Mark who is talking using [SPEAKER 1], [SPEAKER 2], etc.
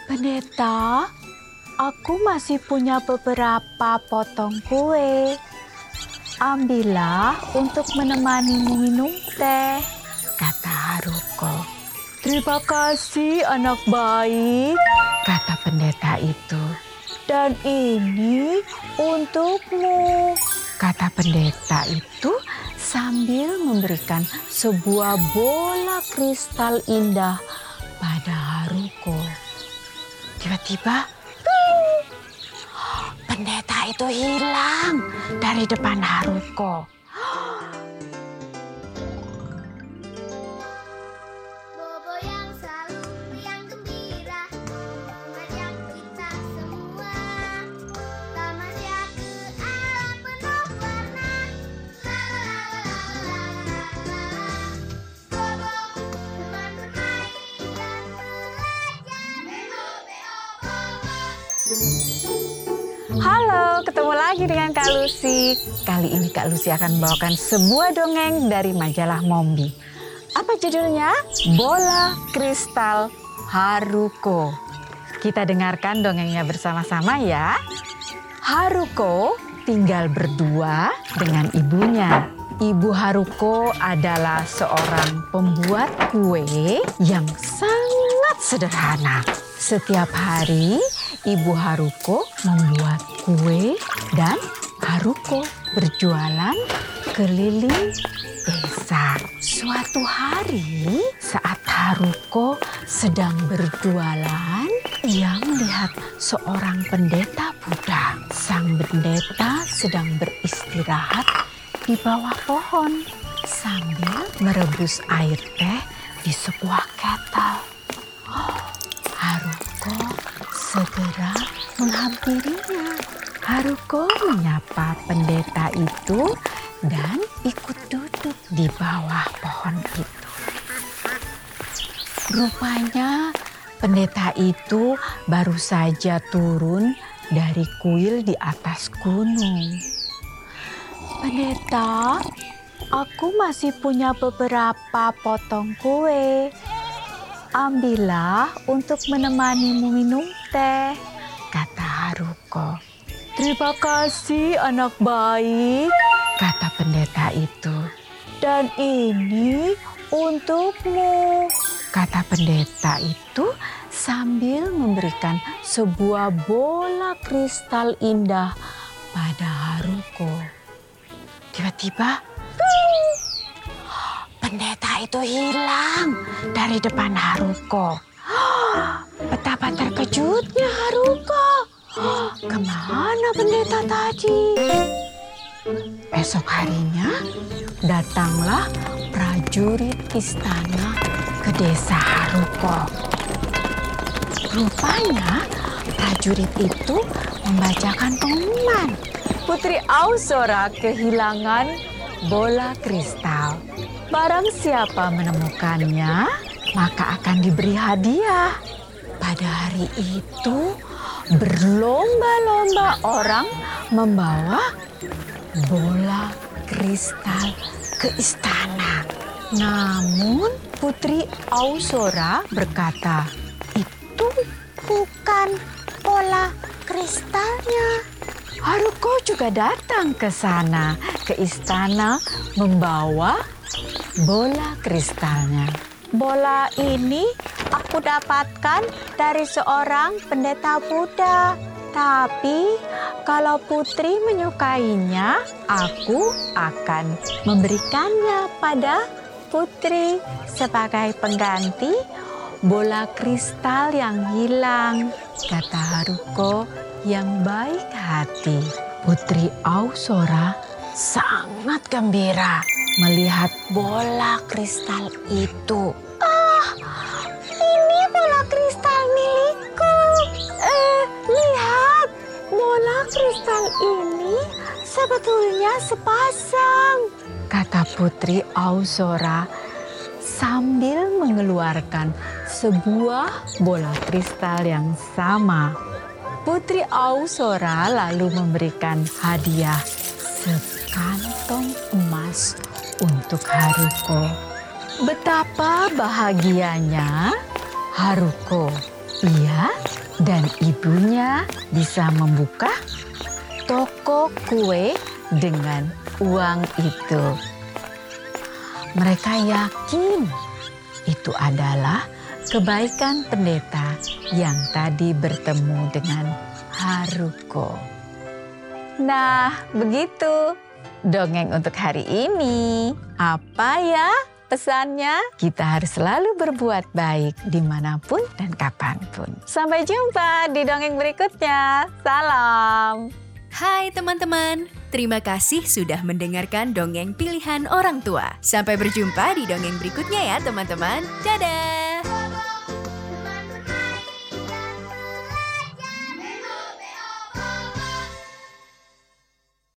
[SPEAKER 1] Pendeta, aku masih punya beberapa potong kue. Ambillah untuk menemanimu minum teh, kata Haruko. Terima kasih anak baik, kata pendeta itu. Dan ini untukmu, kata pendeta itu sambil memberikan sebuah bola kristal indah pada Haruko. Tiba-tiba, pendeta itu hilang dari depan Haruko.
[SPEAKER 2] Bobo yang selalu riang gembira, mengajak kita semua tamasya ke alam penuh warna. La la la la la. Bobo teman bermain dan belajar. Beo beo bobo.
[SPEAKER 1] Halo, ketemu lagi dengan Kak Lucy. Kali ini Kak Lucy akan membawakan sebuah dongeng dari majalah Mombi. Apa judulnya? Bola Kristal Haruko. Kita dengarkan dongengnya bersama-sama ya. Haruko tinggal berdua dengan ibunya. Ibu Haruko adalah seorang pembuat kue yang sangat sederhana. Setiap hari, Ibu Haruko membuat kue dan Haruko berjualan keliling desa. Suatu hari, saat Haruko sedang berjualan, ia melihat seorang pendeta Buddha. Sang pendeta sedang beristirahat di bawah pohon sambil merebus air teh di sebuah ketel. Haruko segera menghampirinya. Haruko menyapa pendeta itu dan ikut duduk di bawah pohon itu. Rupanya pendeta itu baru saja turun dari kuil di atas gunung. Pendeta, aku masih punya beberapa potong kue. Ambillah untuk menemanimu minum teh, kata Haruko. Terima kasih anak baik, kata pendeta itu. Dan ini untukmu, kata pendeta itu sambil memberikan sebuah bola kristal indah pada Haruko. Tiba-tiba, pendeta itu hilang dari depan Haruko. Betapa terkejutnya Haruko. Kemana pendeta tadi? Esok harinya datanglah prajurit istana ke desa Haruko. Rupanya prajurit itu membacakan pengumuman. Putri Ausora kehilangan bola kristal. Barang siapa menemukannya, maka akan diberi hadiah. Pada hari itu, berlomba-lomba orang membawa bola kristal ke istana. Namun Putri Ausora berkata, itu bukan bola kristalnya. Haruko juga datang ke sana, ke istana membawa bola kristalnya. Bola ini aku dapatkan dari seorang pendeta Buddha. Tapi kalau putri menyukainya, aku akan memberikannya pada putri sebagai pengganti bola kristal yang hilang, kata Haruko yang baik hati. Putri Ausora sangat gembira melihat bola kristal itu. Ini bola kristal milikku. Lihat, bola kristal ini sebetulnya sepasang, kata Putri Ausora sambil mengeluarkan sebuah bola kristal yang sama. Putri Ausora lalu memberikan hadiah sekantong emas untuk Haruko. Betapa bahagianya Haruko Ia dan ibunya bisa membuka toko kue dengan uang itu. Mereka yakin itu adalah kebaikan pendeta yang tadi bertemu dengan Haruko. Nah, begitu dongeng untuk hari ini. Apa ya pesannya? Kita harus selalu berbuat baik dimanapun dan kapanpun. Sampai jumpa di dongeng berikutnya. Salam.
[SPEAKER 3] Hai teman-teman, terima kasih sudah mendengarkan dongeng pilihan orang tua. Sampai berjumpa di dongeng berikutnya ya teman-teman. Dadah!